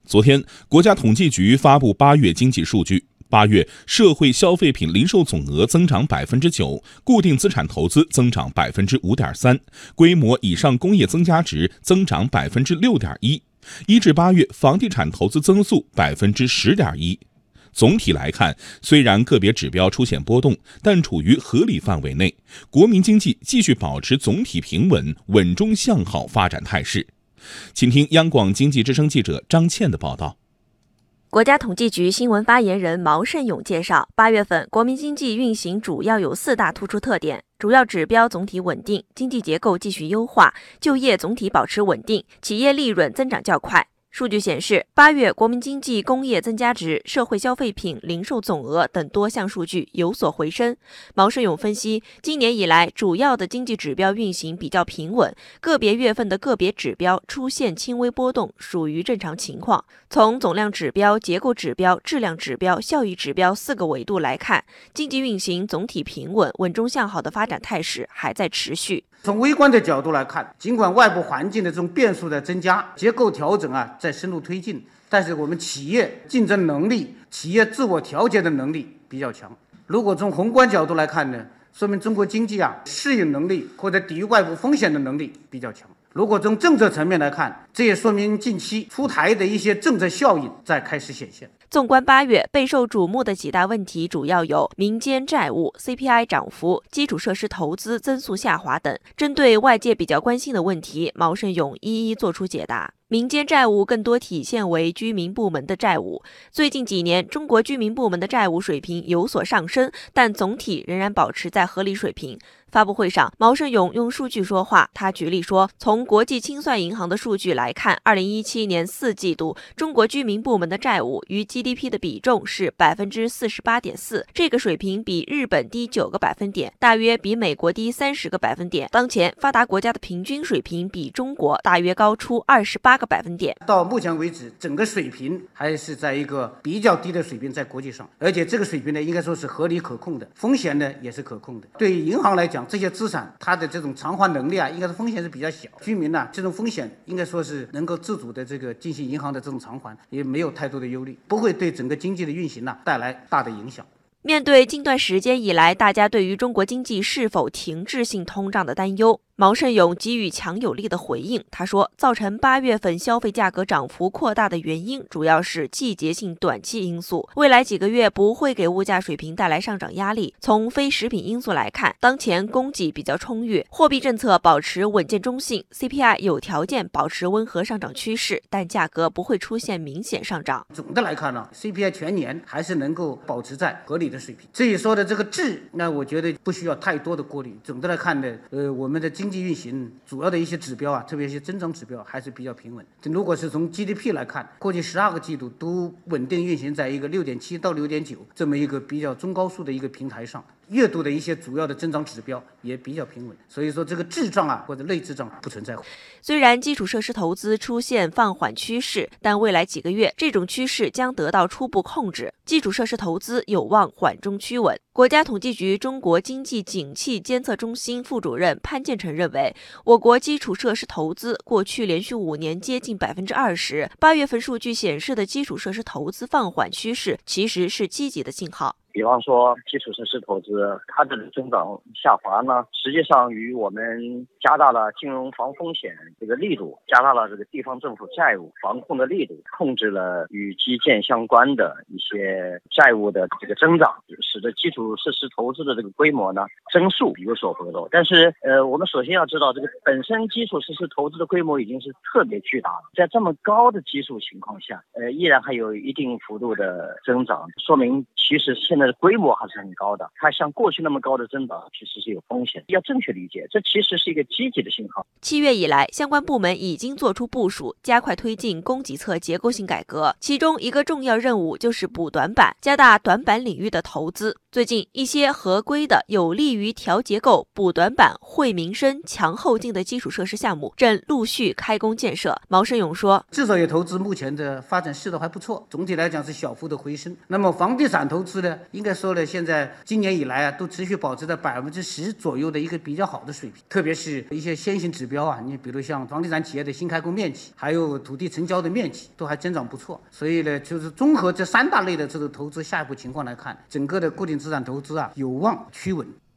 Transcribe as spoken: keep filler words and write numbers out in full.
昨天，国家统计局发布八月经济数据。八月社会消费品零售总额增长百分之九，固定资产投资增长百分之五点三，规模以上工业增加值增长百分之六点一。一至八月房地产投资增速百分之十点一。总体来看，虽然个别指标出现波动，但处于合理范围内，国民经济继续保持总体平稳、稳中向好发展态势。请听央广经济之声记者张倩的报道。 国家统计局新闻发言人毛盛勇介绍，八月份国民经济运行主要有四大突出特点：主要指标总体稳定，经济结构继续优化，就业总体保持稳定，企业利润增长较快。数据显示，八月国民经济工业增加值、社会消费品零售总额等多项数据有所回升。毛盛勇分析，今年以来主要的经济指标运行比较平稳，个别月份的个别指标出现轻微波动，属于正常情况。从总量指标、结构指标、质量指标、效益指标四个维度来看，经济运行总体平稳、稳中向好的发展态势还在持续。 从微观的角度来看，尽管外部环境的这种变数在增加，结构调整啊在深入推进，但是我们企业竞争能力、企业自我调节的能力比较强。如果从宏观角度来看呢，说明中国经济啊适应能力或者抵御外部风险的能力比较强。如果从政策层面来看，这也说明近期出台的一些政策效应在开始显现。 纵观八月，备受瞩目的几大问题主要有民间债务、C P I 涨幅、基础设施投资增速下滑等。针对外界比较关心的问题，毛盛勇一一作出解答。民间债务更多体现为居民部门的债务。最近几年，中国居民部门的债务水平有所上升，但总体仍然保持在合理水平。发布会上，毛盛勇用数据说话。他举例说，从国际清算银行的数据来看，二零一七年四季度中国居民部门的债务与 G D P 的比重是百分之四十八点四，这个水平比日本低九个百分点，大约比美国低三十个百分点。当前发达国家的平均水平比中国大约高出二十八个百分点。 到目前为止，整个水平还是在一个比较低的水平，在国际上，而且这个水平呢，应该说是合理可控的，风险呢也是可控的。对于银行来讲，这些资产它的这种偿还能力啊，应该是风险是比较小。居民呢、啊，这种风险应该说是能够自主的这个进行银行的这种偿还，也没有太多的忧虑，不会对整个经济的运行呢、啊、带来大的影响。 面对近段时间以来大家对于中国经济是否停滞性通胀的担忧，毛盛勇给予强有力的回应。他说，造成八月份消费价格涨幅扩大的原因主要是季节性短期因素，未来几个月不会给物价水平带来上涨压力。从非食品因素来看，当前供给比较充裕，货币政策保持稳健中性， C P I 有条件保持温和上涨趋势，但价格不会出现明显上涨。 总的来看呢 ，C P I 全年还是能够保持在合理的水平。至于说的这个质，那我觉得不需要太多的过滤。总的来看呢，呃，我们的经济运行主要的一些指标啊，特别是增长指标还是比较平稳。如果是从 G D P 来看，过去十二个季度都稳定运行在一个六点七到六点九这么一个比较中高速的一个平台上。月度的一些主要的增长指标也比较平稳，所以说这个滞胀啊或者类滞胀不存在。 虽然基础设施投资出现放缓趋势，但未来几个月这种趋势将得到初步控制，基础设施投资有望缓中趋稳。国家统计局中国经济景气监测中心副主任潘建成认为，我国基础设施投资过去连续五年接近百分之二十，八月份数据显示的基础设施投资放缓趋势其实是积极的信号。 比方说基础设施投资它的增长下滑呢，实际上与我们加大了金融防风险这个力度，加大了这个地方政府债务防控的力度，控制了与基建相关的一些债务的这个增长，使得基础设施投资的这个规模呢增速有所回落。但是呃，我们首先要知道，这个本身基础设施投资的规模已经是特别巨大了，在这么高的基数情况下，呃，依然还有一定幅度的增长，说明其实现在的规模还是很高的，它像过去那么高的增长其实是有风险，要正确理解，这其实是一个积极的信号。 七月以来，相关部门已经做出部署，加快推进供给侧结构性改革，其中一个重要任务就是补短板，加大短板领域的投资。 最近，一些合规的、有利于调结构、补短板、惠民生、强后劲的基础设施项目正陆续开工建设。毛盛勇说， 制造业投资目前的发展势头还不错，总体来讲是小幅的回升。那么房地产投资呢，应该说呢，现在今年以来啊，都持续保持在百分之十左右的一个比较好的水平。特别是一些先行指标啊，你比如像房地产企业的新开工面积，还有土地成交的面积，都还增长不错。所以呢，就是综合这三大类的这个投资下一步情况来看，整个的固定资产投资啊，有望趋稳。